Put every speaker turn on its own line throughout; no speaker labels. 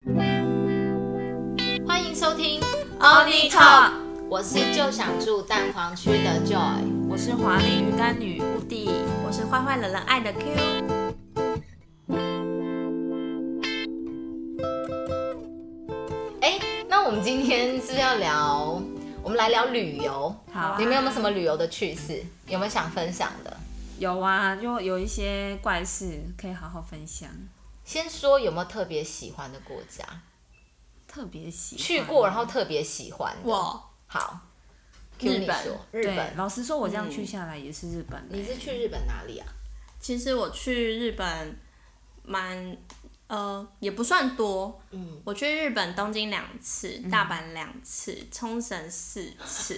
欢迎收听
Only Talk，
我是就想住蛋黄区的 Joy，
我是华丽鱼干女乌迪，
我是坏坏惹人爱的 Q。
那我们今天是要聊，我们来聊旅游。
好啊，
你们有没有什么旅游的趣事？有没有想分享的？
有啊，就有一些怪事可以好好分享。
先说有没有特别喜欢的国家？
特别喜欢
去过，然后特别喜欢的。
我
好，
日本
Q 你说日
对，
本。
老实说，我这样去下来也是日本的。
你是去日本哪里啊？
其实我去日本也不算多，我去日本东京2次，大阪2次，冲绳4次。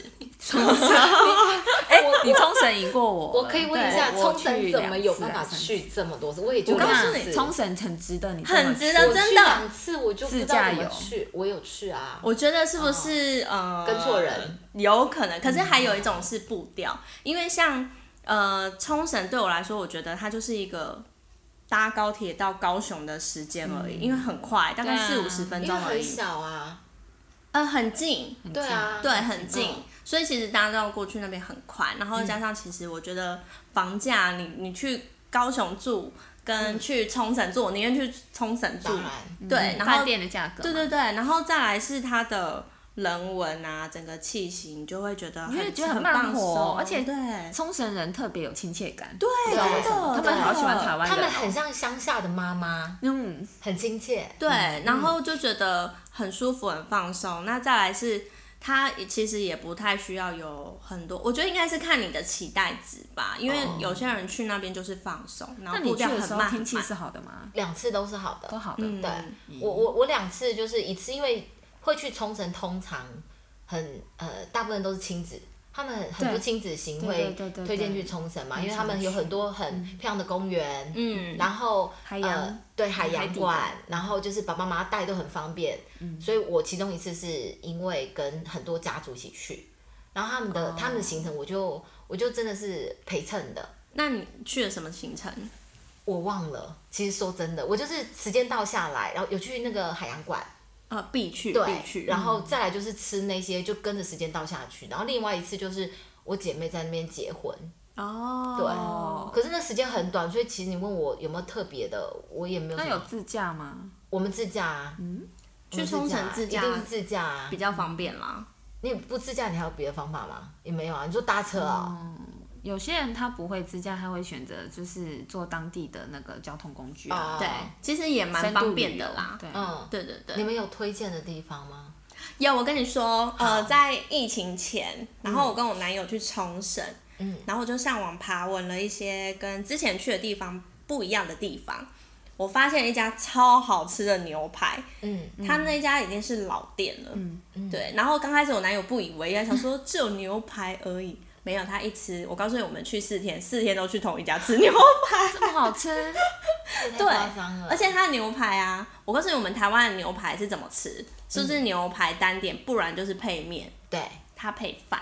你冲绳赢过我了。
我可以问一下，
对
冲绳怎么有
我去
办法
2次
去这么多次？我也就
我告诉
2次
你，冲绳很值得你这么
很值
去
得真的
2次我就不知道怎么去。我有去啊。
我觉得是不是
跟错人？
有可能，可是还有一种是步调，因为像冲绳对我来说，我觉得它就是一个搭高铁到高雄的时间而已，因为很快，大概40-50分
因为
钟而已。
很小啊。
很近，
对啊，
对，很近，所以其实搭到过去那边很快，然后加上其实我觉得房价，你去高雄住跟去冲绳住，我宁愿去冲绳住，对，然后
饭店的价格，
对，然后再来是它的人文啊，整个气息，你就会觉得
你会觉得很
放
慢活，
松，
而且
对
冲绳人特别有亲切感。
对，
知道为什么
真的
他们好喜欢台湾人，
他们很像乡下的妈妈，很亲切。
对，然后就觉得很舒服、很放松。那再来是，它其实也不太需要有很多，我觉得应该是看你的期待值吧，因为有些人去那边就是放松，然后步调很慢。
天气是好的吗
？2次都是好的，
都好的。
对，我2次就是一次，因为会去冲绳，通常大部分都是亲子。他们很多亲子行会推荐去冲绳嘛，因为他们有很多很漂亮的公园，然后
海洋
馆，然后就是爸爸妈妈带都很方便，所以我其中一次是因为跟很多家族一起去，然后他们的行程我就真的是陪衬的。
那你去了什么行程？
我忘了，其实说真的，我就是时间到下来，然后有去那个海洋馆。
必去，
然后再来就是吃那些，就跟着时间倒下去。然后另外一次就是我姐妹在那边结婚。对。可是那时间很短，所以其实你问我有没有特别的，我也没有。
那有自驾吗？
我们自驾啊。
去冲绳自驾
一定是自驾啊，
比较方便啦。
你不自驾，你还有别的方法吗？也没有啊。你说搭车啊？
有些人他不会自驾，他会选择就是坐当地的那个交通工具啊。
对，其实也蛮方便的啦。
对，
对。
你们有推荐的地方吗？
有，我跟你说，在疫情前，然后我跟我男友去冲绳，然后我就上网爬文了一些跟之前去的地方不一样的地方。我发现了一家超好吃的牛排，他那家已经是老店了，对。然后刚开始我男友不以为意，想说只有牛排而已。没有，他一吃，我告诉你，我们去4天都去同一家吃牛排，
这么好吃，
对，而且他的牛排啊，我告诉你，我们台湾的牛排是怎么吃，就是牛排单点，不然就是配面，
对，
他配饭，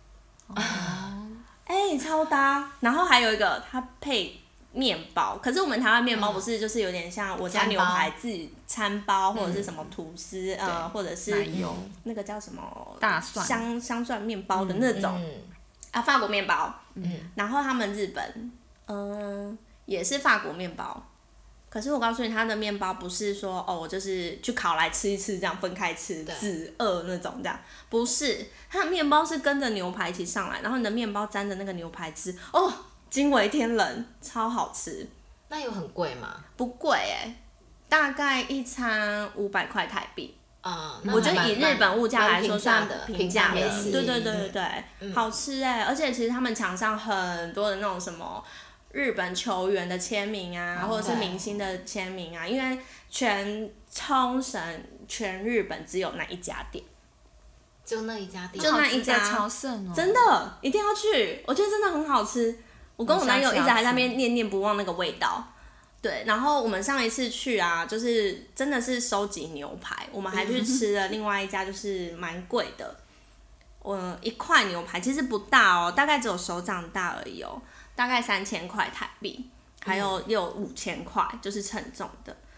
超搭。然后还有一个，他配面包，可是我们台湾面包不是就是有点像我家牛排自己餐包，或者是什么吐司，或者是那个叫什么
大蒜
香蒜面包的那种。法国面包，然后他们日本，也是法国面包，可是我告诉你，他的面包不是说我就是去烤来吃一吃这样分开吃，止饿那种这样，不是，他的面包是跟着牛排一起上来，然后你的面包沾着那个牛排吃，惊为天人，超好吃。
那有很贵吗？
不贵大概一餐500块台币。
我
觉得以日本物价来说算平价的，
对，
好吃而且其实他们墙上很多的那种什么日本球员的签名啊，或者是明星的签名啊，因为全冲绳、全日本只有那一家店，
就那一家店，
就那一家，
超盛
真的一定要去，我觉得真的很好吃。我跟我男友一直还在那边念念不忘那个味道。对，然后我们上一次去啊，就是真的是收集牛排，我们还去吃了另外一家，就是蛮贵的。一块牛排其实不大大概只有手掌大而已大概3000块台币，还有也有5000块，就是称重的。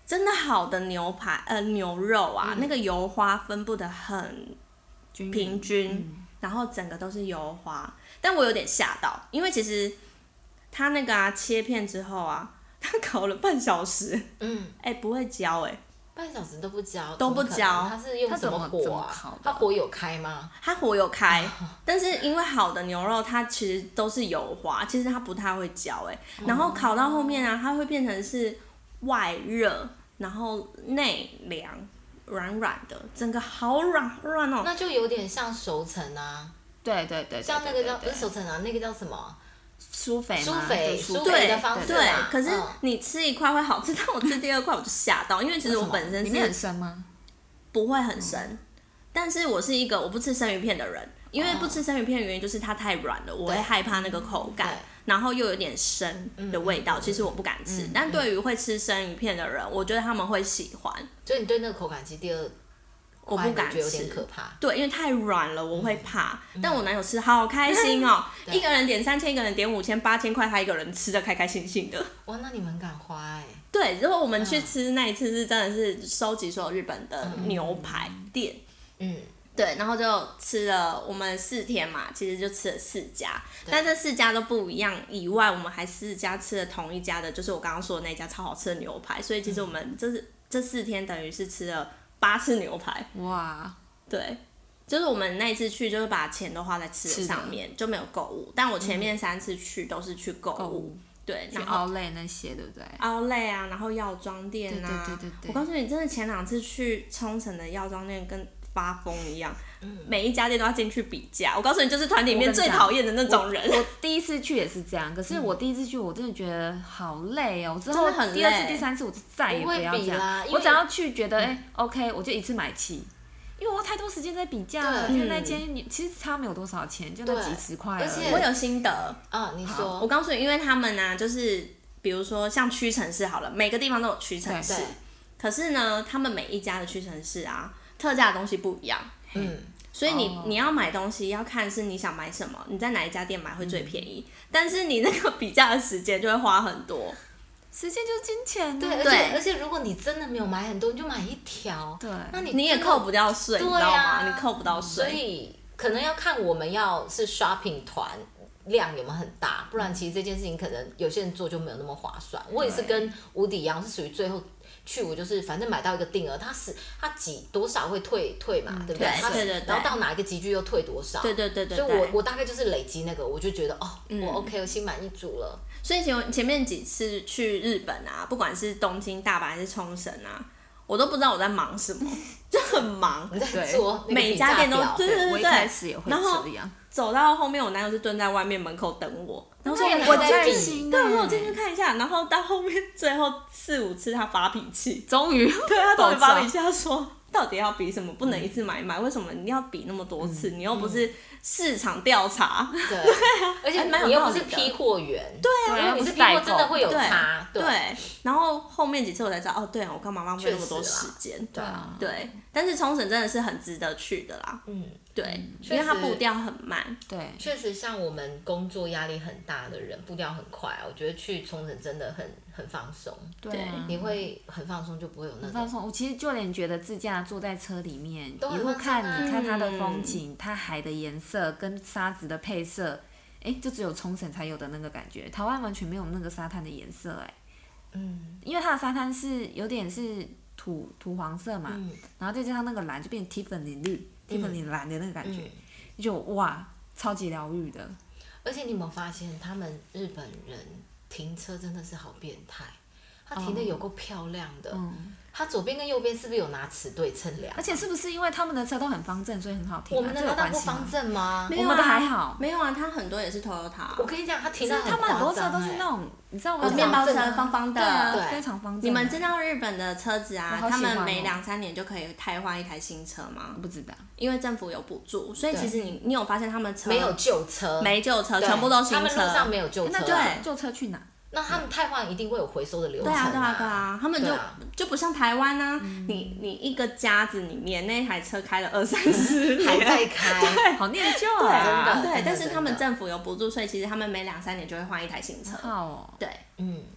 真的好的牛肉啊，那个油花分布的很平均，然后整个都是油花。但我有点吓到，因为其实它那个切片之后啊，它烤了半小时，不会焦
半小时都不焦，
都不焦，
它是用什么火啊？它火有开吗？
它火有开，但是因为好的牛肉它其实都是油花，其实它不太会焦然后烤到后面啊，它会变成是外热，然后内凉，软软的，整个好软哦。
那就有点像熟成啊。
对，
像那个叫不是熟成啊，那个叫什么？
酥肥
的方式
对，可是你吃一块会好吃，但我吃第二块我就吓到，因为其实我本身
里面很深吗？
不会很深，但是我是一个我不吃生鱼片的人，因为不吃生鱼片的原因就是它太软了，我会害怕那个口感，然后又有点生的味道，其实我不敢吃。但对于会吃生鱼片的人，我觉得他们会喜欢。
所以你对那个口感其实第二
我不敢吃，
有点可怕。
对，因为太软了，我会怕。但我男友吃好开心哦，一个人点3000，一个人点5000、8000块，他一个人吃的开开心心的。
哇，那你们敢花
对，如果我们去吃那一次是真的是收集所有日本的牛排店。对，然后就吃了我们4天嘛，其实就吃了4家，但这4家都不一样。以外，我们还4家吃了同一家的，就是我刚刚说的那家超好吃的牛排。所以其实我们这4天等于是吃了8次牛排。
哇，
对，就是我们那一次去，就是把钱都花在吃的上面，就没有购物。但我前面3次去都是去购物，对，
去Outlet那些，对不对
？Outlet啊，然后药妆店啊，
对。
我告诉你，真的前2次去冲绳的药妆店跟发疯一样，每一家店都要进去比价。我告诉你，就是团里面最讨厌的那种人。
我第一次去也是这样，可是我第一次去我真的觉得好累哦。之后第2次、第3次我就再也不要这样。我只要去觉得OK， 我就一次买齐。因为我太多时间在比价了，因为那间其实差没有多少钱，就那几十块而已。
而且我有心得
你说。
我告诉你，因为他们呢，就是比如说像屈臣氏好了，每个地方都有屈臣氏，可是呢，他们每一家的屈臣氏啊，特价的东西不一样。所以你要买东西要看是你想买什么，你在哪一家店买会最便宜，但是你那个比价的时间就会花很多。
时间就是金钱。
对，而且如果你真的没有买很多，你就买1条。
对，
那
你也扣不掉税，你知道吗？你扣不到税。
所以可能要看我们要是 shopping 团量有没有很大，不然其实这件事情可能有些人做就没有那么划算。我也是跟吴迪一样，是属于最后去我就是反正买到一个定额，它几多少会退嘛，对不对？
对。
然后到哪一个集聚又退多少？
对。
所以我大概就是累积那个，我就觉得我 OK， 我心满意足了。
所以前面几次去日本啊，不管是东京、大阪还是冲绳啊，我都不知道我在忙什么，就很忙。
你在做
每家店都对。
我一开始也会这样。
走到后面，我男友是蹲在外面门口等我，然后说
我在心，
对，我说我进去看一下，然后到后面最后4、5次他发脾气，
终于
他发脾气，他说到底要比什么，不能一次买，为什么你要比那么多次？你又不是市场调查，
对，而且你又不是批货员，
对啊，
因为你是批货真的会有差，
对。然后后面几次我才知道，对啊，我干嘛浪费那么多时间？
对啊，
对。但是冲绳真的是很值得去的啦，对，因为它步调很慢，
对，
确实像我们工作压力很大的人，步调很快我觉得去冲绳真的很放松，
对，
你会很放松，就不会有那种
放松。我其实就连觉得自驾坐在车里面，一路看它的风景，它海的颜色跟沙子的配色，就只有冲绳才有的那个感觉，台湾完全没有那个沙滩的颜色因为它的沙滩是有点是土黄色嘛，然后再加上那个蓝就变 Tiffany 绿。Tiffany 蓝的那个感觉，就哇，超级疗愈的。
而且你有没有发现，他们日本人停车真的是好变态，他停的有够漂亮的。他左边跟右边是不是有拿尺对称量？
而且是不是因为他们的车都很方正，所以很好停？
我们的难道不方正吗？
我们的还好。
没有啊，他很多也是 Toyota。
我跟你讲，他停的很
夸张。他们很多车都是那种，你知道吗？
面包车方方的，
对，非常方正。
你们知道日本的车子啊，他们每2、3年就可以汰换一台新车吗？
不知道，
因为政府有补助，所以其实你有发现他们车
没有旧车，
没旧车，全部都新车。
他们路上没有旧车，
那旧车去哪？
那他们汰换一定会有回收的流程。
对啊，他们就不像台湾啊，你一个家子里面那台车开了20-30年
还在开，
对，
好念旧啊，
真的。
对，但是他们政府有补助，所以其实他们每2、3年就会换一台新车。
好哦。
对，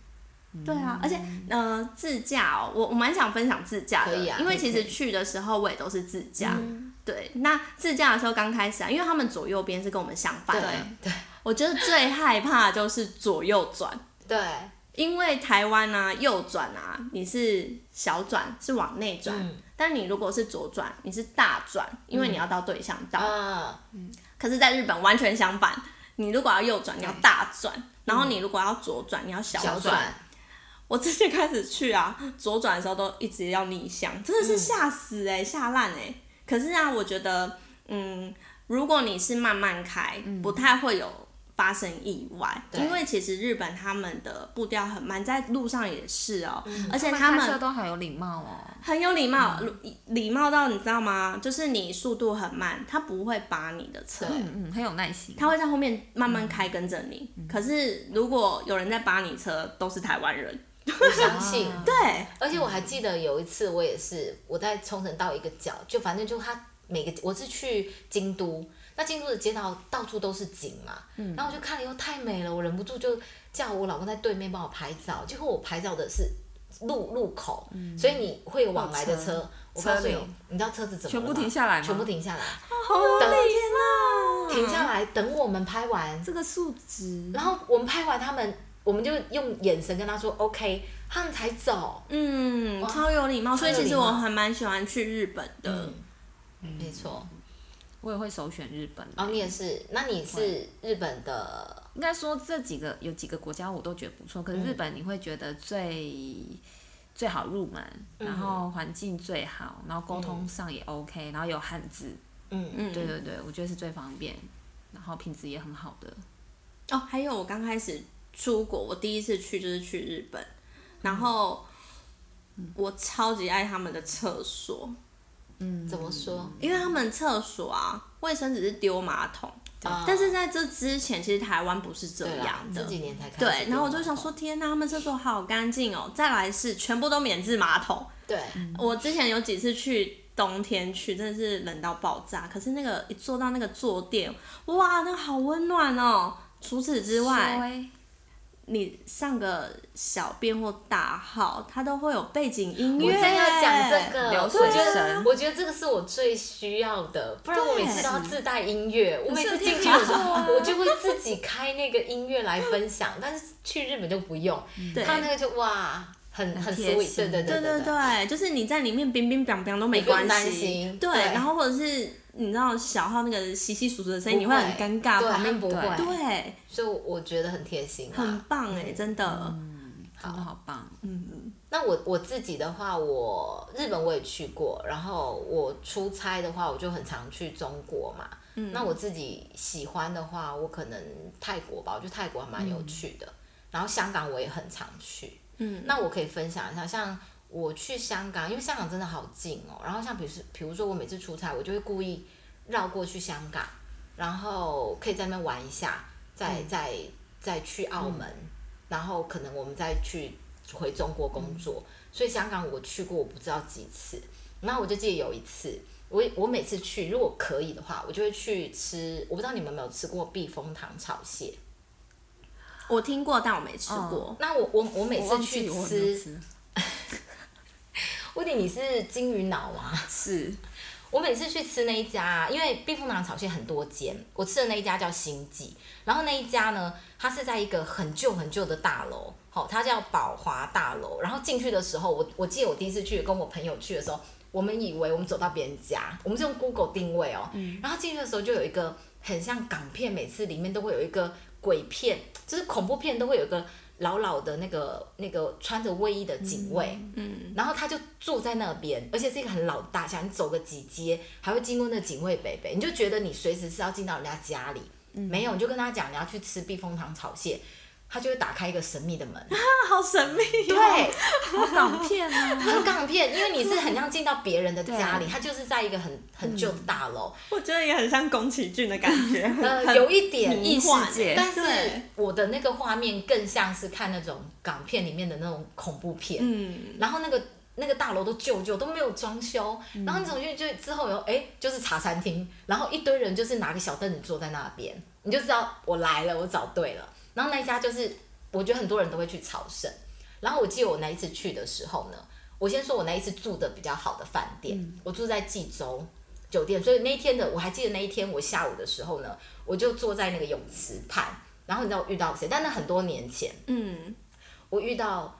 对啊，而且自驾哦，我蛮想分享自驾的，因为其实去的时候我也都是自驾。对，那自驾的时候刚开始啊，因为他们左右边是跟我们相反的，
对，
我觉得最害怕的就是左右转。
对，
因为台湾啊，右转啊，你是小转，是往内转，但你如果是左转，你是大转，因为你要到对向道。可是，在日本完全相反，你如果要右转，你要大转，然后你如果要左转，你要小转。我之前开始去啊，左转的时候都一直要逆向，真的是吓死吓烂可是啊，我觉得，如果你是慢慢开，不太会有发生意外，因为其实日本他们的步调很慢，在路上也是哦，而且他们
开车都很有礼貌哦，
很有礼貌，礼貌到你知道吗？就是你速度很慢，他不会扒你的车，
很有耐心，
他会在后面慢慢开跟着你。可是如果有人在扒你车，都是台湾人。
我相信，
对，
而且我还记得有一次，我也是我在冲绳到一个角，就反正就它我是去京都，那京都的街道到处都是景嘛，然后我就看了以后太美了，我忍不住就叫我老公在对面帮我拍照，结果我拍照的是路口，所以你会有往来的车，我告诉你，你知道车子怎么了吗？
全部停下来吗？
全部停下来，
好有天哪！
停下来等我们拍完
这个素质，
然后我们拍完我们就用眼神跟他说 OK， 他们才走。
超有礼貌，所以其实我还蛮喜欢去日本的。
没错，
我也会首选日本。
你也是？那你是日本的？
应该说有几个国家我都觉得不错，可是日本你会觉得最好入门，然后环境最好，然后沟通上也 OK，然后有汉字。对，我觉得是最方便，然后品质也很好的。
还有我刚开始出国，我第一次去就是去日本，然后我超级爱他们的厕所。
怎么说？
因为他们厕所啊，卫生纸是丢马桶，但是在这之前，其实台湾不是这样的，
这几年才开始。
对，然后我就想说，天哪，他们厕所好干净哦！再来是全部都免治马桶。
对，
我之前有几次去冬天去，真的是冷到爆炸。可是那个一坐到那个坐垫，哇，那个好温暖哦。除此之外，你上个小便或大号，它都会有背景音乐。
我正要讲这个，
流水声。
我觉得这个是我最需要的，不然我每次都要自带音乐。我每次进去的时候，我就会自己开那个音乐来分享，但是去日本就不用，他那个就哇。很 sweet，
对，就是你在里面冰冰凉凉都没关系，对，然后或者是你知道小号那个稀稀疏疏的声音，你会很尴尬，旁边
不会，
对，
所以我觉得很贴心，
很棒真的，
真的好棒，
那我自己的话，日本我也去过，然后我出差的话，我就很常去中国嘛，那我自己喜欢的话，我可能泰国吧，我觉得泰国还蛮有趣的，然后香港我也很常去。那我可以分享一下，像我去香港，因为香港真的好近哦。然后像比如说我每次出差，我就会故意绕过去香港，然后可以在那边玩一下，再去澳门，然后可能我们再回中国工作。所以香港我去过我不知道几次，然后我就记得有一次，我每次去如果可以的话，我就会去吃，我不知道你们有没有吃过避风塘炒蟹。
我听过，但我没吃过。
那我每次去吃，问题你是金鱼脑吗？
是。
我每次去吃那一家，因为避风塘炒蟹很多间，我吃的那一家叫星记，然后那一家呢，它是在一个很旧很旧的大楼，它叫宝华大楼。然后进去的时候，我记得我第一次去跟我朋友去的时候，我们以为我们走到别人家，我们是用 Google 定位哦，然后进去的时候就有一个很像港片，每次里面都会有一个。鬼片就是恐怖片，都会有个老老的那个穿着卫衣的警卫，然后他就坐在那边，而且是一个很老大厦，你走个几街还会经过那个警卫伯伯，你就觉得你随时是要进到人家家里，没有你就跟他讲你要去吃避风塘炒蟹，他就会打开一个神秘的门，
好神秘
对，
好港片哦，
很港片，因为你是很像进到别人的家里，他就是在一个很旧的大楼，
我觉得也很像宫崎骏的感觉，
有一点
异世界，
但是我的那个画面更像是看那种港片里面的那种恐怖片，然后那个大楼都旧旧都没有装修，然后你走进去之后就是茶餐厅，然后一堆人就是拿个小凳子坐在那边，你就知道我来了，我找对了。然后那一家就是我觉得很多人都会去朝圣， 然后我记得我那一次去的时候呢，我先说我那一次住的比较好的饭店，我住在济州酒店，所以那一天的我还记得那一天我下午的时候呢，我就坐在那个泳池畔，然后你知道我遇到谁？但那很多年前，我遇到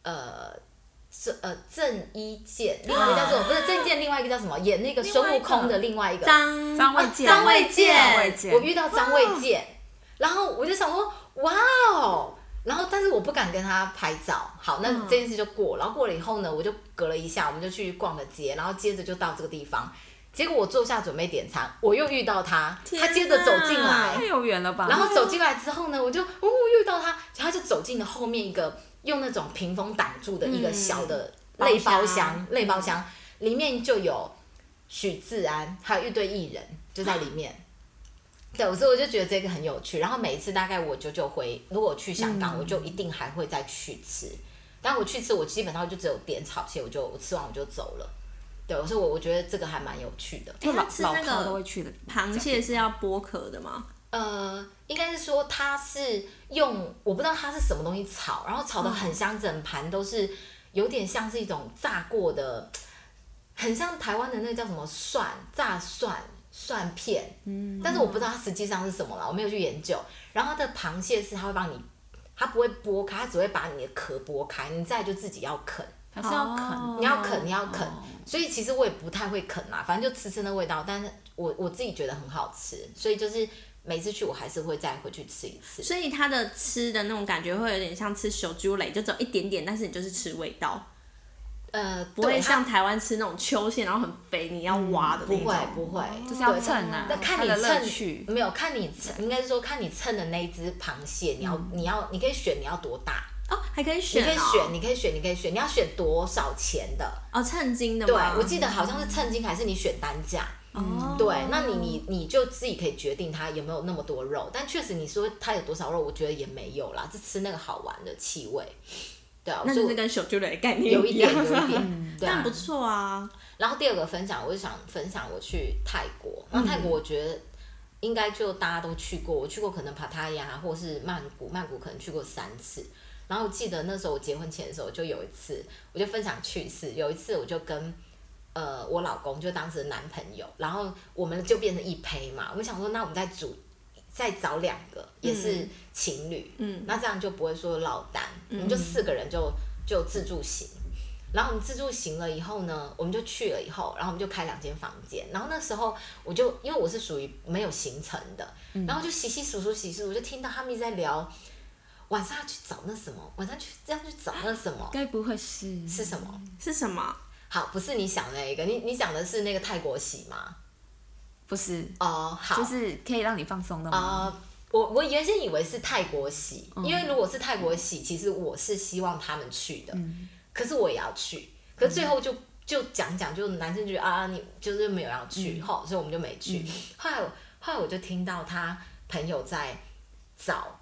郑伊健，另外一个叫做不是郑伊健，另外一个叫什么？演那个孙悟空的另外一个
张
卫健，
张卫健，我遇到张卫健，然后我就想说，哇哦。然后，但是我不敢跟他拍照。好，那这件事就过。然后过了以后呢，我就隔了一下，我们就去逛个街，然后接着就到这个地方。结果我坐下准备点餐，我又遇到他，他接着走进来，
太有缘了吧？
然后走进来之后呢，我就又遇到他，他就走进了后面一个用那种屏风挡住的一个小的类包厢，里面就有许志安，还有一堆艺人就在里面。对，所以我就觉得这个很有趣。然后每一次大概我久回，如果我去香港，我就一定还会再去吃。但我去吃，我基本上就只有点炒蟹，我吃完我就走了。对，所以我觉得这个还蛮有趣的。
他吃那个螃蟹是要剥壳的吗？
应该是说它是用我不知道它是什么东西炒，然后炒得很香，整盘都是有点像是一种炸过的，很像台湾的那个叫什么炸蒜片，但是我不知道它实际上是什么啦，我没有去研究。然后它的螃蟹是它会帮你，它不会剥开，它只会把你的壳剥开，你再就自己要啃，
还是要啃，
你要啃。所以其实我也不太会啃啦，反正就吃那味道，但是我自己觉得很好吃，所以就是每次去我还是会再回去吃一次。
所以它的吃的那种感觉会有点像吃小猪蕾，就只有一点点，但是你就是吃味道。不会像台湾吃那种秋蟹，然后很肥，你要挖的那种。
不会，
就是要称啊。
那看你称，没有看你应该是说看你称的那一只螃蟹，你可以选你要多大。
哦，还可以选。
你可以选，你要选多少钱的？
哦，称斤的吗？
对，我记得好像是称斤，还是你选单价。对，那你就自己可以决定它有没有那么多肉，但确实你说它有多少肉，我觉得也没有啦，就吃那个好玩的气味。对啊，
那就是跟小猪蕾的概念
有一点，
对啊，但不错啊。
然后第二个分享，我就想分享我去泰国。那泰国我觉得应该就大家都去过，我去过可能帕塔亚或是曼谷可能去过3次。然后我记得那时候我结婚前的时候，就有一次我就分享趣事，有一次我就跟我老公就当时的男朋友，然后我们就变成一胚嘛，我们想说那我们再找2个也是情侣，那这样就不会说落单，我们就4个人就自助行，然后我们自助行了以后呢，我们就去了以后，然后我们就开2间房间，然后那时候因为我是属于没有行程的，然后就洗数，我就听到他们一直在聊晚上要去找那什么，晚上这样去找那什么，
该不会是
什么？
是什么？
好，不是你想的那个，你讲的是那个泰国洗吗？
不是
哦，好，
就是可以让你放松的吗？
我原先以为是泰国洗，因为如果是泰国洗，其实我是希望他们去的，可是我也要去，可是最后就讲，就男生觉得啊，你就是没有要去，所以我们就没去。后来我就听到他朋友在找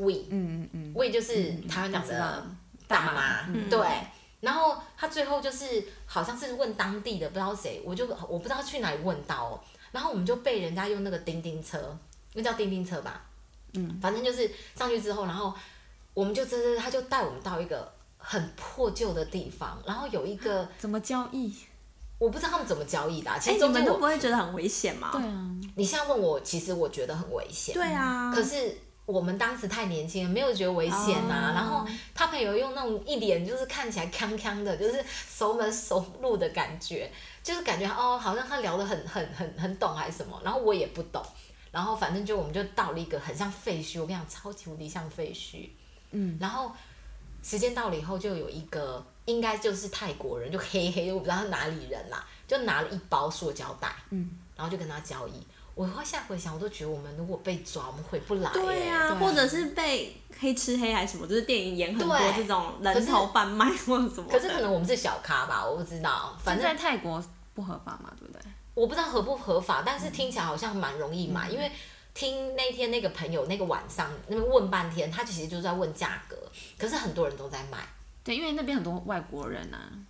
We 就是台湾讲的大妈，对。然后他最后就是好像是问当地的不知道谁，我不知道去哪里问到哦。然后我们就被人家用那个叮叮车，那叫叮叮车吧，反正就是上去之后，然后我们就他就带我们到一个很破旧的地方，然后有一个
怎么交易？
我不知道他们怎么交易的，其实
你们都不会觉得很危险吗？
对啊，
你现在问我，其实我觉得很危险。
对啊，
可是我们当时太年轻了，没有觉得危险呐。然后他朋友用那种一脸就是看起来康康的，就是熟门熟路的感觉，就是感觉好像他聊得很懂还是什么，然后我也不懂。然后反正我们就到了一个很像废墟，我跟你讲，超级无敌像废墟。然后时间到了以后，就有一个应该就是泰国人，就黑黑，我不知道他哪里人啦，就拿了一包塑胶袋，然后就跟他交易。我现在回想，我都觉得我们如果被抓，我们回不来。
对啊，或者是被黑吃黑还是什么，就是电影演很多这种人头贩卖或者什么。
可是可能我们是小咖吧，我不知道。反正
在泰国不合法嘛，对不对？
我不知道合不合法，但是听起来好像蛮容易买，因为听那天那个朋友那个晚上那边问半天，他其实就是在问价格，可是很多人都在卖。
对，因为那边很多外国人啊。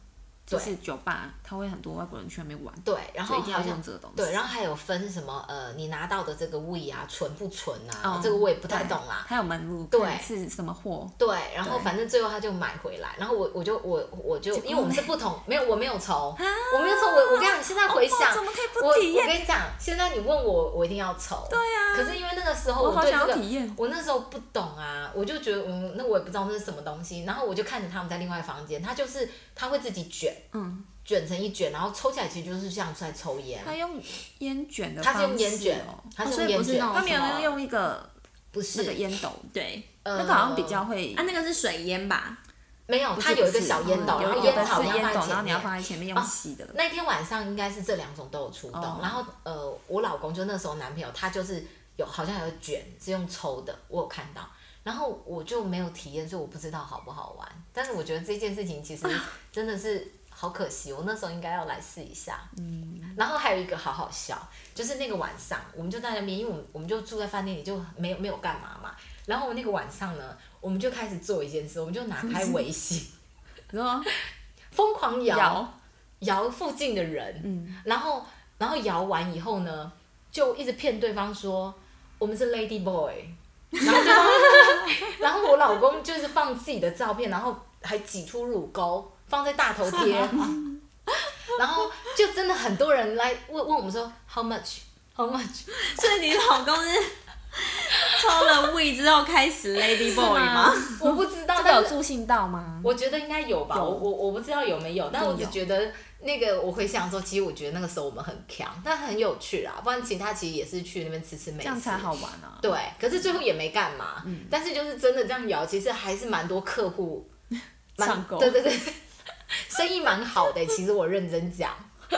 就是酒吧，它会很多外国人去那边玩，
对，然后
一定要用这个东西。
对，然后还有分什么你拿到的这个胃啊纯不纯啊，这个我也不太懂啦。
它有门路，
对，
是什么货？
对，然后反正最后他就买回来，然后我就因为我们是不同，没有我没有抽，我没有抽，我跟你讲，现在回想，
怎么可以不体验？
我跟你讲，现在你问我一定要抽。
对啊。
可是因为那个时候
我
对这个，
我
那时候不懂啊，我就觉得那我也不知道那是什么东西，然后我就看着他们在另外房间，他会自己卷，卷成一卷，然后抽起来其实就是像在抽烟。
他用烟卷的方式，
他是用烟卷，他是用烟卷，
他没有用一个
不是
那个烟斗，
对，
那个好像比较会。
那个是水烟吧？
没有，它有一个小烟斗，然后烟草你要放在前面，
然后你要放在前面用吸的。
那天晚上应该是这2种都有出动，然后我老公就那时候男朋友他就是好像有卷是用抽的，我有看到，然后我就没有体验，所以我不知道好不好玩。但是我觉得这件事情其实真的是好可惜，我那时候应该要来试一下。然后还有一个好笑，就是那个晚上我们就在那边，因为我们就住在饭店里，就没有干嘛嘛。然后那个晚上呢，我们就开始做一件事，我们就拿开微信，疯狂摇附近的人，然后摇完以后呢，就一直骗对方说我们是 Lady Boy， 然后然后我老公就是放自己的照片，然后还挤出乳沟放在大头贴，然后就真的很多人来问我们说 How much？
所以你老公是抽了 weed 之后开始 Lady Boy 吗？
我不知道，
这个有助兴到吗？
我觉得应该有吧，我不知道有没有，但我只觉得那个我回想说，其实我觉得那个时候我们很强，但很有趣啦，不然其他其实也是去那边吃美食，
这样才好玩啊。
对，可是最后也没干嘛，但是就是真的这样摇，其实还是蛮多客户，
上钩，
对，生意蛮好的，其实我认真讲。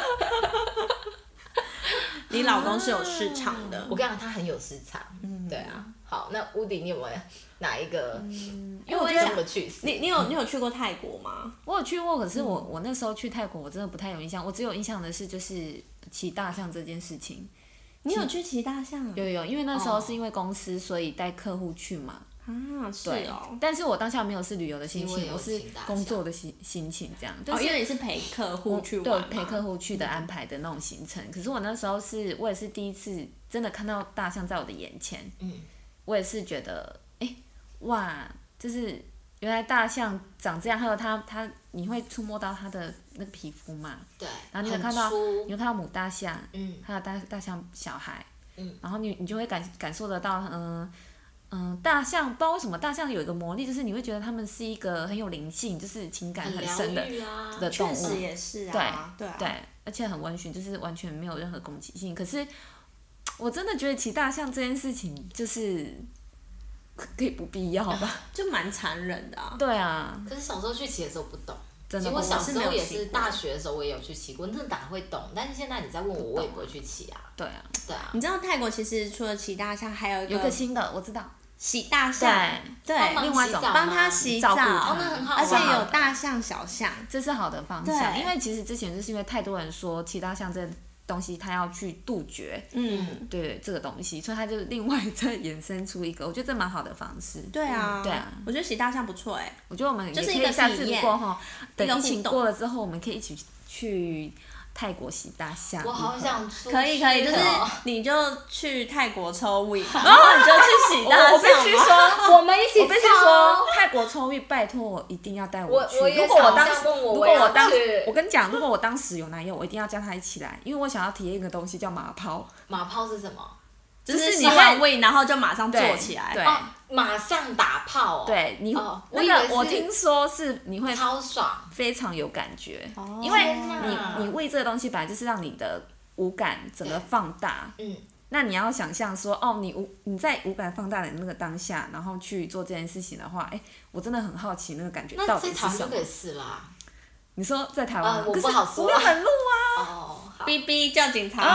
你老公是有市场的，
我跟你讲，他很有市场。对啊。好，那屋顶你有没有哪一个？因为我觉得
你有去过泰国吗？
我有去过，可是我那时候去泰国，我真的不太有印象。我只有印象的是就是骑大象这件事情。
你有去骑大象？
有，因为那时候是因为公司，所以带客户去嘛。
是哦。
但是我当下没有是旅游的心情，我是工作的心情这样。
因为你是陪客户去玩。
对，陪客户去的安排的那种行程。可是我那时候我也是第一次真的看到大象在我的眼前。我也是觉得，哇，就是原来大象长这样，还有它你会触摸到它的那个皮肤嘛？
对。
然后你会看到母大象，还有大象小孩，然后你就会感受得到，大象不知道为什么大象有一个魔力，就是你会觉得它们是一个很有灵性，就是情感很深的动物。
确实也是啊。对，
而且很温驯，就是完全没有任何攻击性。可是我真的觉得骑大象这件事情就是可以不必要吧，
就蛮残忍的啊。
对啊。
可是小时候去骑的时候不懂，
真的。
我小时候也是大学的时候我也有去骑过，那哪会懂？但是现在你再问我也不会去骑啊。
对啊。
你知道泰国其实除了骑大象，还有一个
新的，我知道。
洗大象，对，
另外一种
帮他洗澡，
那很好，
而且有大象小象，
这是好的方向。因为其实之前就是因为太多人说骑大象这东西他要去杜绝，对这个东西，所以他就另外再衍生出一个，我觉得这蛮好的方式。
对啊，我觉得洗大象不错
我觉得我们也可以下次过等疫情过了之后，我们可以一起去泰国洗大象。
我好想出去。
可以，就是你就去泰国抽 weed， 然后你就去洗大象。
我必须说，
我们一起抽。
泰国抽 weed， 拜托我一定要带我去。
如果
我跟你讲，如果我当时有男友，我一定要叫他一起来，因为我想要体验一个东西叫马抛。
马抛是什么？
就是洗完 weed， 然后就马上坐起来。
对。
马上打炮。
对，我听说是你会
超爽，
非常有感觉，因为你喂这个东西本来就是让你的五感整个放大。那你要想象说，你在五感放大的那个当下，然后去做这件事情的话，我真的很好奇那个感觉到底是什么。
那在台湾可以试啦。
你说在台湾？
我不好说。
我们很路啊。
BB 叫警察。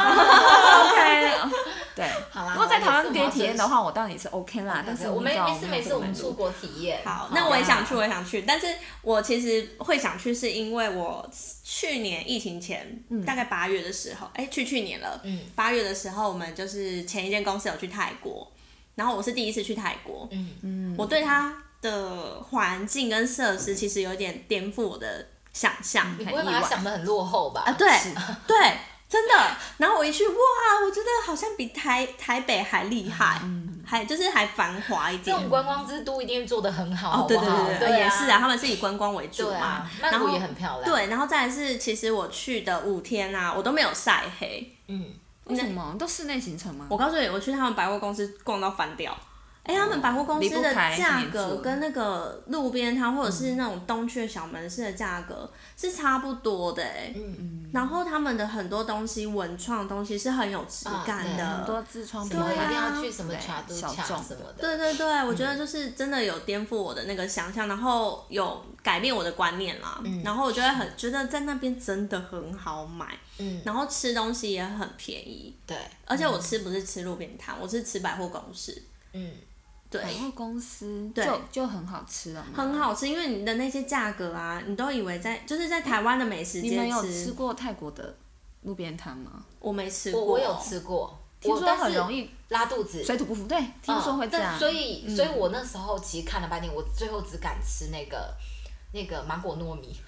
OK。对。
好啦。
如果在台湾可以体验的话，我当然也是 OK 啦。但是
我没事，我们出国体验。
好，那我也想去，但是我其实会想去，是因为我去年疫情前，大概8月的时候，去年了。8月的时候，我们就是前一间公司有去泰国，然后我是第一次去泰国。我对它的环境跟设施其实有点颠覆我的想象。
你不会把它想得很落后吧？
对对，真的。然后我一去，哇，我觉得好像比台北还厉害，还繁华一点。
这种观光之都一定做得很好，好不好？
对，也是啊，他们是以观光为主嘛。
曼谷也很漂亮。
对，然后再来是，其实我去的5天啊，我都没有晒黑。
为什么？都室内行程吗？
我告诉你，我去他们百货公司逛到翻掉。他们百货公司的价格跟那个路边摊或者是那种东区的小门市的价格是差不多的然后他们的很多东西文创东西是很有质感的，
很多自创
品牌，一定要去什么小众什么的。
对对对，我觉得就是真的有颠覆我的那个想象，然后有改变我的观念啦。然后我觉得在那边真的很好买，然后吃东西也很便宜。
对，
而且我吃不是吃路边摊，我是吃百货公司。对，
百货公司就很好吃了嘛，
很好吃，因为你的那些价格啊，你都以为就是在台湾的美食街吃。
你们有吃过泰国的路边摊吗？
我没吃过。
我有吃过，
听说很容易
拉肚子，
水土不服。对，听说会这样。
所以我那时候其实看了半天，我最后只敢吃那个芒果糯米，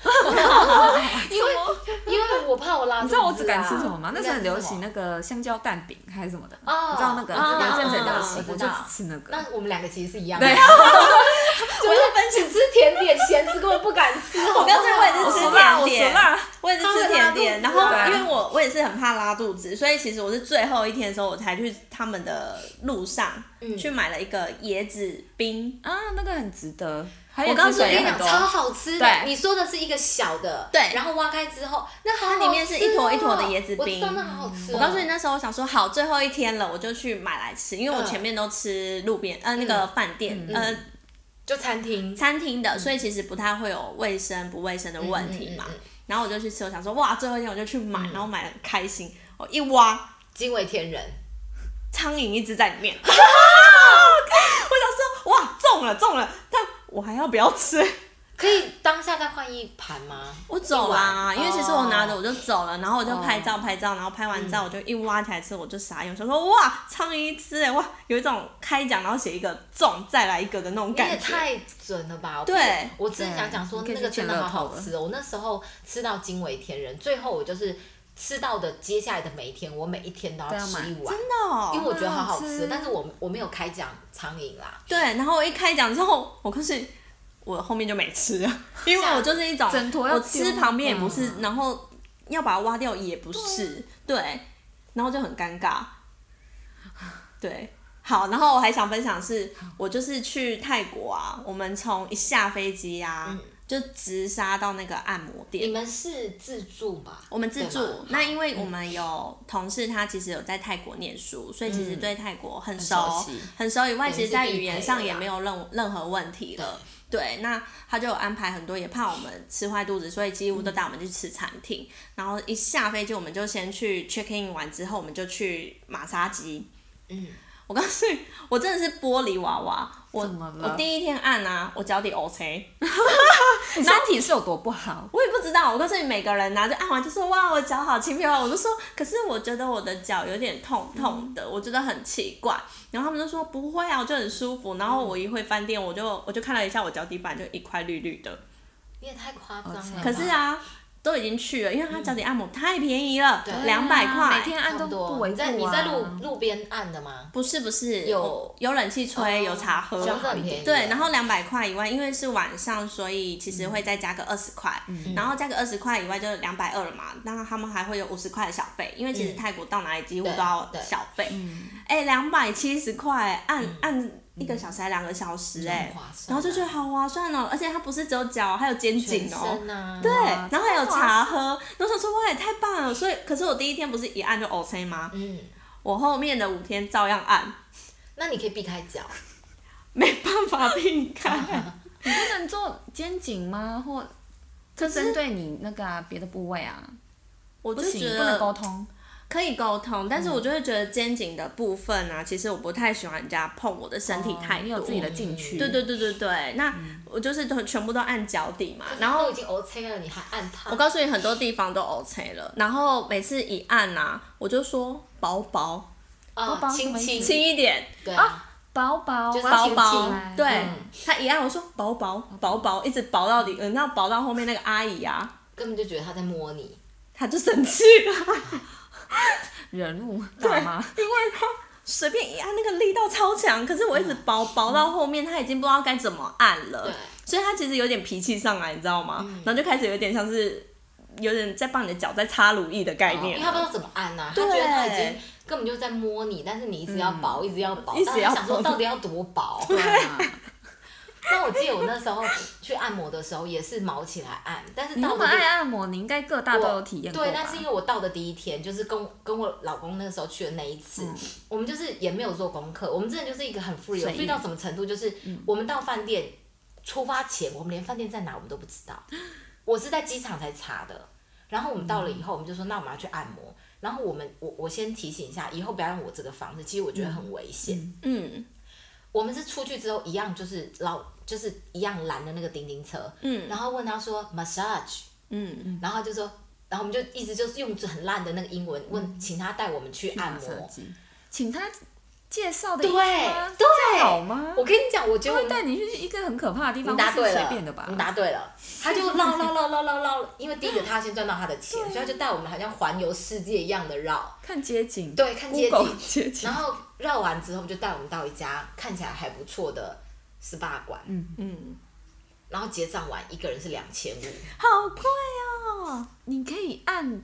因为我怕我拉肚子。
你知道我只敢吃什么吗？那时候很流行那个香蕉蛋饼还是什么的，你知道那个有阵子很流行，我就只吃那个。
那我们2个其实是一样的，就是只吃甜点，咸食根本不敢吃。
我刚才我也是吃甜点，我也是吃甜点，然后因为我也是很怕拉肚子，所以其实我是最后一天的时候我才去他们的路上去买了一个椰子冰
那个很值得。
我告诉你，超好吃的。你说的是一个小的，
对，
然后挖开之后，那好好吃
它里面是一坨一坨的椰子冰，我
知道那好好吃。
我告诉你，那时候我想说，好，最后一天了，我就去买来吃，因为我前面都吃路边那个饭店，
就餐
厅的，所以其实不太会有卫生不卫生的问题嘛。然后我就去吃，我想说，哇，最后一天我就去买，然后买得很开心，我一挖，
惊为天人，
苍蝇一直在里面。我想说，哇，中了，但我还要不要吃？
可以当下再换一盘吗？
我走啦，因为其实我拿着我就走了，然后我就拍照，然后拍完照我就一挖起来吃，我就傻眼，我想说哇，苍蝇一吃哇，有一种开奖然后写一个中再来一个的那种感觉。
也太准了吧！
对，
我之前想讲说那个真的好好吃哦，我那时候吃到惊为天人，最后我就是吃到的接下来的每一天，我每一天都要吃一碗，
真的
因为我觉得好好吃，但是我没有开奖苍蝇啦。
对，然后我一开奖之后，我可是我后面就没吃了，因为我就是一种我吃旁边也不是，然后要把它挖掉也不是，对，然后就很尴尬。对，好，然后我还想分享是，我就是去泰国啊，我们从一下飞机啊。就直杀到那个按摩店。
你们是自助吧？
我们自助。那因为我们有同事，他其实有在泰国念书，所以其实对泰国很熟以外，其实在语言上也没有任何问题了。对，那他就有安排很多，也怕我们吃坏肚子，所以几乎都带我们去吃餐厅。然后一下飞机，我们就先去 check in 完之后，我们就去马杀鸡。我告诉你，我真的是玻璃娃娃。我第一天按啊，我脚底 OK。
你身体是有多不好？
我也不知道。我告诉你，每个人就按完就说哇，我脚好轻飘。我就说，可是我觉得我的脚有点痛痛的，我觉得很奇怪。然后他们就说不会啊，我就很舒服。然后我一回饭店，我就看了一下我脚底板，就一块绿绿的。
你也太夸张了。
可是啊。都已经去了，因为他脚底按摩太便宜了，200块，
每天按都不为过啊。
你在路边按的吗？
不是，有冷气吹，有茶喝，对，然后200块以外，因为是晚上，所以其实会再加个20块，然后加个20块以外就220了嘛。那他们还会有50块的小费，因为其实泰国到哪里几乎都要小费。270块按。1个小时还2个小时然后就觉得好划算哦，而且它不是只有脚，还有肩颈哦，对，然后还有茶喝，然后想说哇也太棒了，所以可是我第一天不是一按就 OK 吗？我后面的5天照样按。
那你可以避开脚？
没办法避开。
你不能做肩颈吗？或针对你那个别的部位啊？
我就觉得
不能沟通。
可以沟通，但是我就会觉得肩颈的部分啊，其实我不太喜欢人家碰我的身体太多。
你有自己的禁区。
对，那我就是全部都按脚底嘛，然后
都已经 OK 了，你还按它？
我告诉你，很多地方都 OK 了，然后每次一按啊，我就说薄薄，
轻
轻一点。
对啊。
薄薄，
就是
薄薄
轻，
对，他一按我说薄薄薄薄，一直薄到底，那薄到后面那个阿姨啊，
根本就觉得他在摸你，
他就生气了，
人物大妈，
因为他随便一按那个力道超强，可是我一直薄到后面，他已经不知道该怎么按了，所以他其实有点脾气上来，你知道吗？然后就开始有点像是有点在帮你的脚在擦乳液的概念，
因为他不知道怎么按啊，他觉得他已经根本就在摸你，但是你一直要薄，一直要薄，但他想说到底要多薄？
对啊。
那我记得我那时候去按摩的时候也是毛起来按，但是
你那么爱按摩，你应该各大都有体验过吧？
对，但是因为我到的第一天就是跟我老公那个时候去的那一次，我们就是也没有做功课，我们真的就是一个很 free 到什么程度，就是我们到饭店出发前，我们连饭店在哪我们都不知道，我是在机场才查的。然后我们到了以后，我们就说那我们要去按摩。然后我先提醒一下，以后不要用我这个方式，其实我觉得很危险。我们是出去之后一样就是一样拦的那个叮叮车，然后问他说 massage，然后他就说，然后我们就一直就是用很烂的那个英文问，请他带我们去按摩，
请他介绍的意思吗？
对，
好吗？
我跟你讲，我觉得
会带你去一个很可怕的地方，
你答对了，
随便的吧？
你答对了，他就绕，因为第一个他先赚到他的钱，所以他就带我们好像环游世界一样的绕，
看街景，
对，看街
景，
然后绕完之后就带我们到一家看起来还不错的 SPA 馆，然后结账完一个人是2500，
好贵哦！
你可以按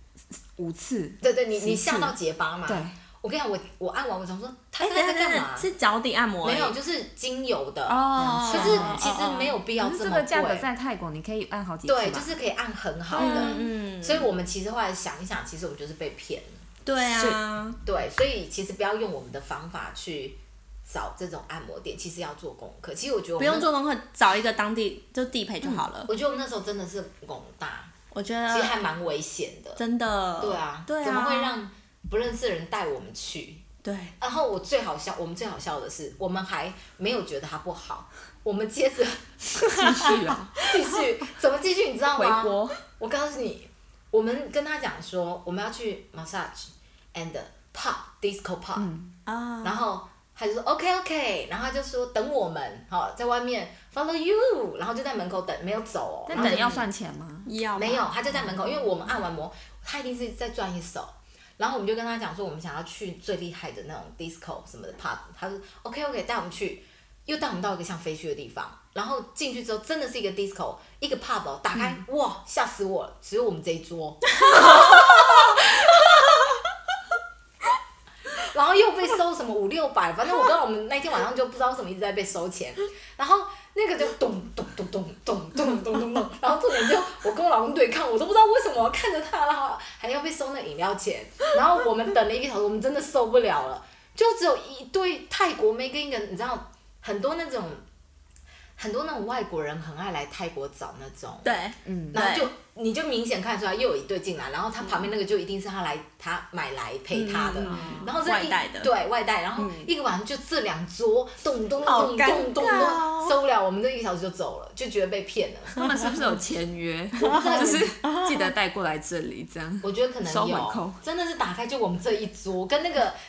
5次，
对，你下到结疤嘛？
对。
我跟你讲，我按完我想说，他在干嘛？
是脚底按摩？
没有，就是精油的。
哦。
可是其实没有必要这么贵。
这个价格在泰国你可以按好几次。
对，就是可以按很好的。所以我们其实后来想一想，其实我们就是被骗了。
对啊。
对，所以其实不要用我们的方法去找这种按摩店，其实要做功课。其实我觉得
不用做功课，找一个当地就地陪就好了。
我觉得我们那时候真的是拱大。
我觉得。
其实还蛮危险的。
真的。
对啊。怎么会让不认识的人带我们去？
对，
然后我们最好笑的是，我们还没有觉得它不好，我们接着
继续啊，
怎么继续？你知道吗？
回国。
我告诉你，我们跟他讲说我们要去 massage and pop disco pop，然后他就说 OK， 然后他就说等我们在外面 follow you， 然后就在门口等，没有走哦。
那等要算钱吗？
要。
没有，他就在门口，因为我们按完摩，他一定是在转一手。然后我们就跟他讲说，我们想要去最厉害的那种 disco 什么的 pub， 他说 OK， 带我们去，又带我们到一个像废墟的地方。然后进去之后，真的是一个 disco， 一个 pub 哦，打开，哇，吓死我了，只有我们这一桌。然后又被收什么500-600，反正我们那天晚上就不知道为什么一直在被收钱，然后那个就咚咚咚咚咚咚咚咚，然后重点就我跟我老公对抗，我都不知道为什么看着他，然后还要被收那饮料钱，然后我们等了1个小时，我们真的受不了了，就只有一对泰国妹跟一个，你知道很多那种外国人很爱来泰国找那种，
对，
然后你就明显看出来又有一对进来，然后他旁边那个就一定是他买来陪他的，然后
外带的，
对，外带，然后一个晚上就这2桌，咚咚咚咚咚，受不了，我们这1个小时就走了，就觉得被骗了。
他们是不是有签约？就是记得带过来这里这样。
我觉得可能有，真的是打开就我们这一桌，跟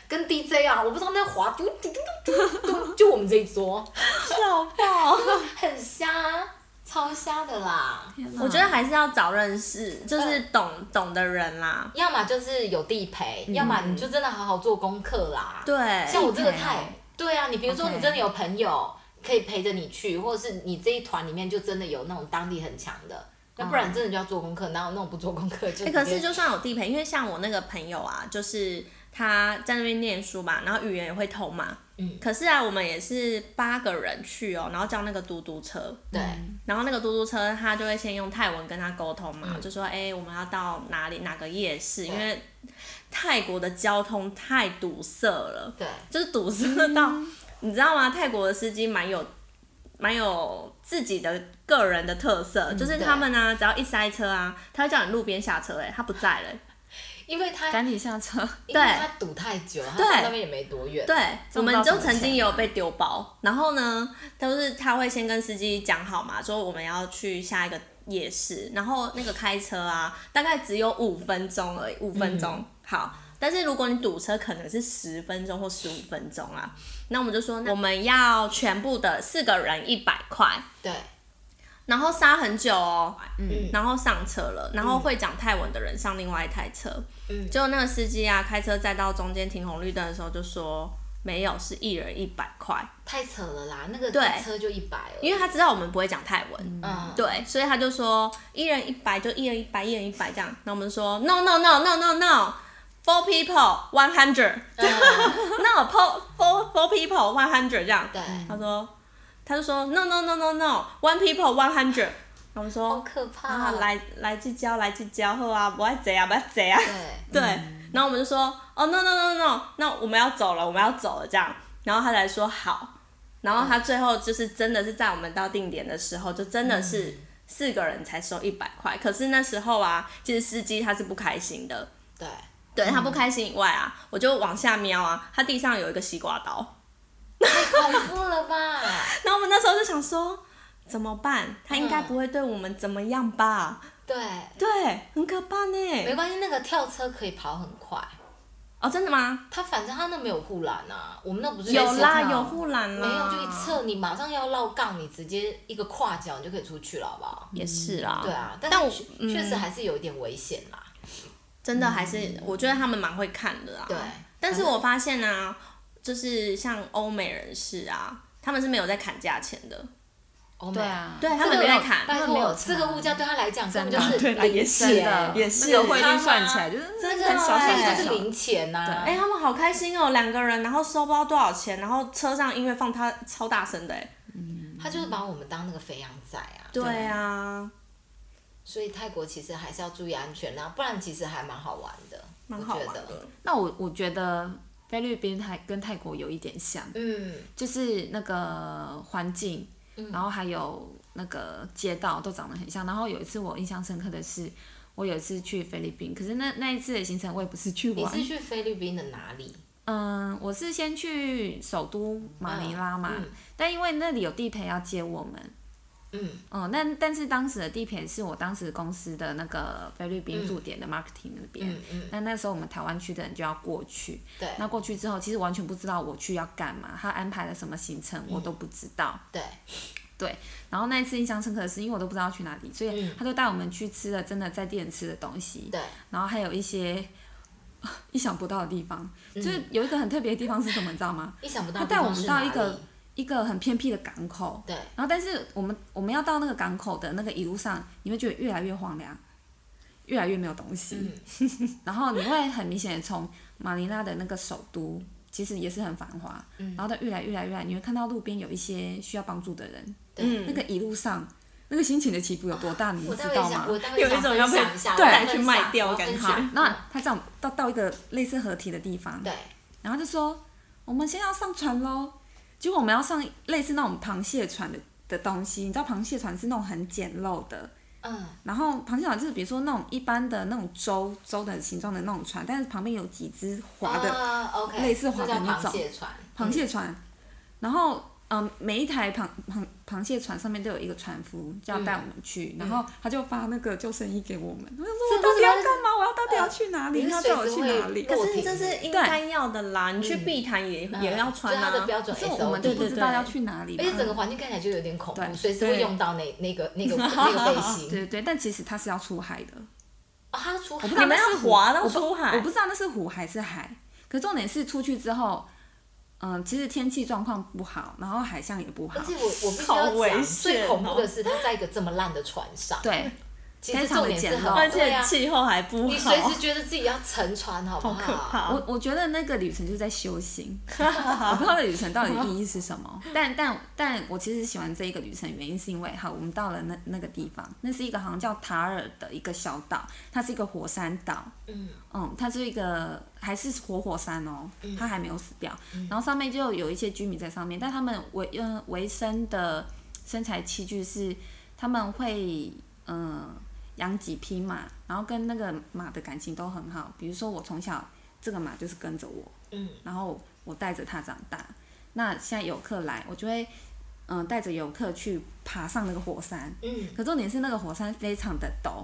DJ 啊，我不知道那滑嘟嘟嘟嘟嘟，就我们这一桌，
笑爆，
很瞎。超瞎的啦！
我觉得还是要找认识，就是懂的人啦。
要么就是有地陪，要么你就真的好好做功课啦。
对，
像我这个对啊，你比如说你真的有朋友可以陪着你去，或者是你这一团里面就真的有那种当地很强的，那不然真的就要做功课，哪有那种不做功课就？
可是就算有地陪，因为像我那个朋友啊，就是他在那边念书嘛，然后语言也会通嘛。可是啊，我们也是8个人去哦，然后叫那个嘟嘟车。
对。
然后那个嘟嘟车，他就会先用泰文跟他沟通嘛，就说我们要到哪个夜市，因为泰国的交通太堵塞了。
对。
就是堵塞到，你知道吗？泰国的司机蛮有自己的个人的特色，就是他们啊，只要一塞车啊，他会叫你路边下车，他不在了。
因为他
赶紧下车，
因为他堵太久了，他那边也没多远。
对，我们就曾经也有被丢包，然后呢，他会先跟司机讲好嘛，说我们要去下一个夜市，然后那个开车啊，大概只有5分钟而已，5分钟， 好，但是如果你堵车可能是10分钟或15分钟啊，那我们就说我们要全部的4个人100块。
对。
然后杀很久哦，然后上车了，然后会讲泰文的人上另外一台车，结果那个司机啊开车再到中间停红绿灯的时候就说没有，是1人100块，
太扯了啦，那个车就100了，
因为他知道我们不会讲泰文，对，所以他就说1人100就1人100，1人100这样，那我们说 no no no no no no。4 people 100， no four people 100这样，
对，
他就说 no no no no no one people 100， 我们说
好可怕
啊，来去交好啊，不要坐啊，对，然后我们就说哦 no no no no， 那我们要走了这样，然后他才说好，然后他最后就是真的是在我们到定点的时候，就真的是4个人才收100块，可是那时候啊，其实司机他是不开心的，对他不开心以外啊，我就往下瞄啊，他地上有一个西瓜刀。
太恐怖了吧！
然后我们那时候就想说，怎么办？他应该不会对我们怎么样吧？
对，
很可怕呢。
没关系，那个跳车可以跑很快。
哦，真的吗？
反正他那没有护栏啊，我们那不是
有啦，有护栏啦。
没有，就一侧，你马上要绕杠，你直接一个跨脚你就可以出去了，好不好？
也是啦。
对啊，但确实还是有一点危险啦。
真的还是，我觉得他们蛮会看的啊。
对。
但是我发现啊。就是像欧美人士啊，他们是没有在砍价钱的。
对啊，
对他们没有砍，
拜托，这个物价对他来讲根本就是零钱，
也是
那个汇率算起来就是
真的
就是零钱呐。
哎，他们好开心哦，2个人，然后收不知道多少钱，然后车上音乐放他超大声的，
他就是把我们当那个肥羊仔啊。
对啊。
所以泰国其实还是要注意安全啊，不然其实还蛮好玩的，
蛮好玩的。
那我觉得。菲律宾跟泰国有一点像，就是那个环境，然后还有那个街道都长得很像。然后有一次我印象深刻的是，我有一次去菲律宾，可是那一次的行程我也不是去玩。
你是去菲律宾的哪里？
我是先去首都马尼拉嘛，但因为那里有地陪要接我们。但是当时的地陪是我当时公司的那个菲律宾驻点的 marketing 那边，那时候我们台湾区的人就要过去，那过去之后其实完全不知道我去要干嘛，他安排了什么行程我都不知道，对，然后那一次印象深刻的是，因为我都不知道去哪里，所以他就带我们去吃了真的在店吃的东西，然后还有一些意想不到的地方，就是有一个很特别的地方是什么你知道吗？
意想不到
他带我们到一个很偏僻的港口，然后但是我们要到那个港口的那个一路上，你会觉得越来越荒凉，越来越没有东西，然后你会很明显的从马尼拉的那个首都，其实也是很繁华，然后到越来，你会看到路边有一些需要帮助的人，那个一路上那个心情的起伏有多大，你知道吗？
有一种要被
再
去卖掉的感觉。
那他这样到一个类似河堤的地方，然后就说我们现在要上船咯。结果我们要上类似那种螃蟹船的东西，你知道螃蟹船是那种很简陋的，然后螃蟹船就是比如说那种一般的那种舟的形状的那种船，但是旁边有几只划的，类似划的那种螃蟹船，然后每一台螃蟹船上面都有一个船夫，就要带我们去，然后他就发那个救生衣给我们。我就说我到底要干嘛？我到底要去哪里？他叫我去哪里？
可是这是应该要的啦，你去碧潭也要穿啊。
它的标准 SOP，
我们就不知道要去哪里。
而且整个环境看起来就有点恐怖，随时会用到那个背心。
对，但其实它是要出海的。
它出海，
你们要滑到出海？
我不知道那是湖还是海。可重点是出去之后。其实天气状况不好，然后海象也不好。
而且我必须要讲，最恐怖的是它在一个这么烂的船上。
对，
其实重点是
而且气候还不好。
你随时觉得自己要沉船，好不好？
好可怕。
我觉得那个旅程就是在修行，我不知道旅程到底意义是什么。但我其实喜欢这一个旅程，原因是因为我们到了那个地方，那是一个好像叫塔尔的一个小岛，它是一个火山岛。它是一个还是活火山哦，它还没有死掉。然后上面就有一些居民在上面，但他们维生的生财器具是他们会养几匹马，然后跟那个马的感情都很好。比如说我从小这个马就是跟着我，然后我带着它长大。那现在游客来，我就会带着游客去爬上那个火山。可重点是那个火山非常的陡。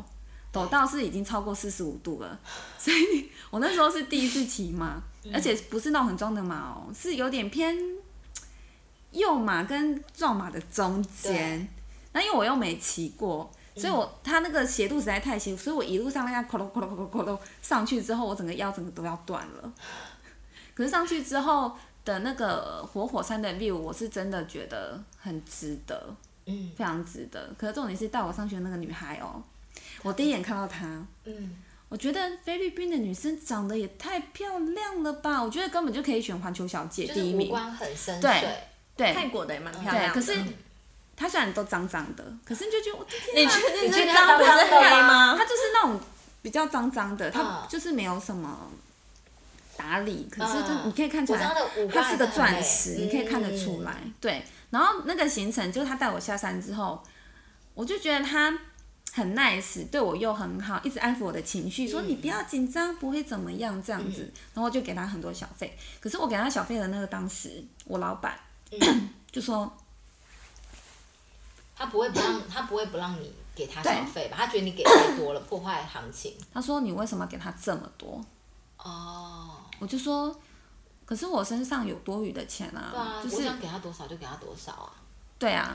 陡到是已经超过45度了，所以我那时候是第一次骑马，而且不是那种很壮的马哦，是有点偏幼马跟壮马的中间。那因为我又没骑过，所以它那个斜度实在太斜，所以我一路上那样咕噜咕噜咕噜咕噜上去之后，我整个腰整个都要断了。可是上去之后的那个火山的 view， 我是真的觉得很值得，非常值得。可是重点是带我上去的那个女孩哦，我第一眼看到她，我觉得菲律宾的女生长得也太漂亮了吧！我觉得根本就可以选环球小姐第一名。
就是五官很深邃。
对，
泰国的也蛮漂亮的。
可是她虽然都脏脏的，可是你就觉得我的
天啊，
你觉得
脏不是黑吗？
她就是那种比较脏脏的，她就是没有什么打理，可是你可以看出来，它是个钻石，你可以看得出来。对，然后那个行程就是他带我下山之后，我就觉得他很 nice， 对我又很好，一直安抚我的情绪，说你不要紧张，不会怎么样这样子。然后我就给他很多小费，可是我给他小费的那个当时，我老板就说，
他不会不让你给他小费吧？他觉得你给太多了，破坏行情。
他说你为什么给他这么多？我就说，可是我身上有多余的钱啊。
对啊，
就是
我想给他多少就给他多少啊。
对啊。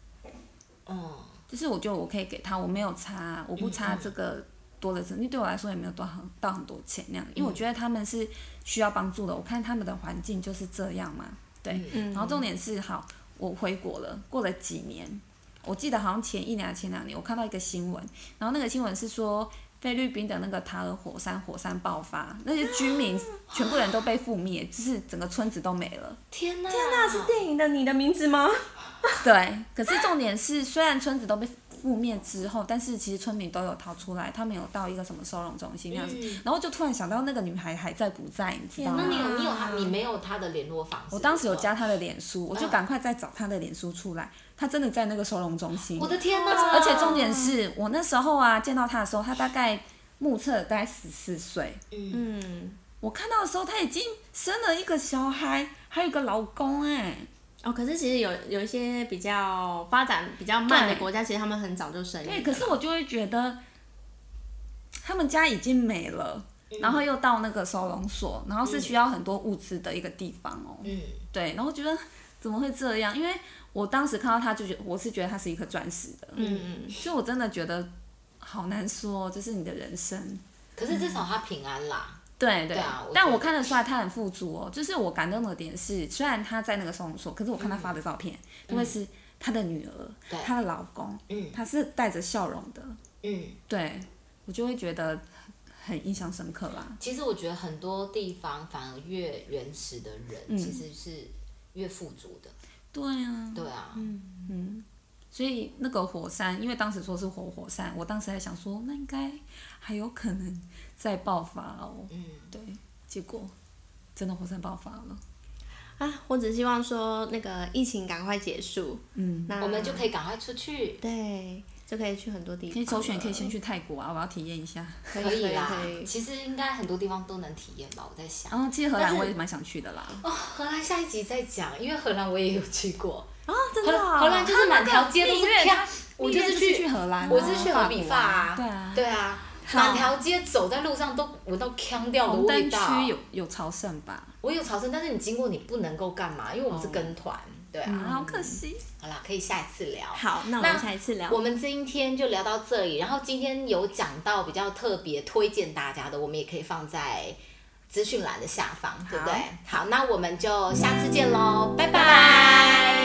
就是我觉得我可以给他，我没有差，我不差这个多的钱，因为对我来说也没有到很多钱那样，因为我觉得他们是需要帮助的，我看他们的环境就是这样嘛，对。然后重点是，好，我回国了，过了几年，我记得好像前1年前2年，我看到一个新闻，然后那个新闻是说，菲律宾的那个塔尔火山爆发，那些居民全部人都被覆灭，就是整个村子都没了。
天哪！
是电影的《你的名字》吗？
对，可是重点是，虽然村子都被覆灭之后，但是其实村民都有逃出来，他们有到一个什么收容中心那样子，然后就突然想到那个女孩还在不在，你知道吗？
那你没有她的联络方式？
我当时有加她的脸书，我就赶快再找她的脸书出来，她真的在那个收容中心。
我的天哪！
而且重点是我那时候啊见到她的时候，她大概目测大概14岁。我看到的时候，她已经生了一个小孩，还有一个老公
可是其实有一些比较发展比较慢的国家，其实他们很早就生育了。
对，可是我就会觉得，他们家已经没了，然后又到那个收容所，然后是需要很多物资的一个地方哦。对，然后觉得怎么会这样？因为我当时看到他，我是觉得他是一颗钻石的。所以我真的觉得好难说，就是你的人生。
可是至少他平安啦。
对啊，但我看得出来他很富足哦。就是我感动的点是，虽然他在那个收容所，可是我看他发的照片，都会是他的女儿、他的老公，他是带着笑容的。对，我就会觉得很印象深刻啦。
其实我觉得很多地方反而越原始的人，其实是越富足的。对啊。
所以那个火山，因为当时说是火山，我当时还想说，那应该还有可能再爆发哦。对，结果真的火山爆发了。
我只希望说那个疫情赶快结束，
那我们就可以赶快出去。
对，就可以去很多地方。
可以首选，可以先去泰国啊，我要体验一下。
可以啦，其实应该很多地方都能体验吧，我在想。
其实荷兰我也蛮想去的啦。
荷兰下一集再讲，因为荷兰我也有去过。
真的
荷兰就是满条街都是看，
我就是去荷兰，
我是去荷比法
啊。
对啊，满条街走在路上都闻到呛掉的味道。
红灯区有朝圣吧？
我有朝圣，但是你经过你不能够干嘛，因为我们是跟团。对啊，
好可惜。
好啦，可以下一次聊。
好，那我们下一次聊。
我们今天就聊到这里，然后今天有讲到比较特别推荐大家的，我们也可以放在资讯栏的下方，对不对？好，那我们就下次见喽，拜拜。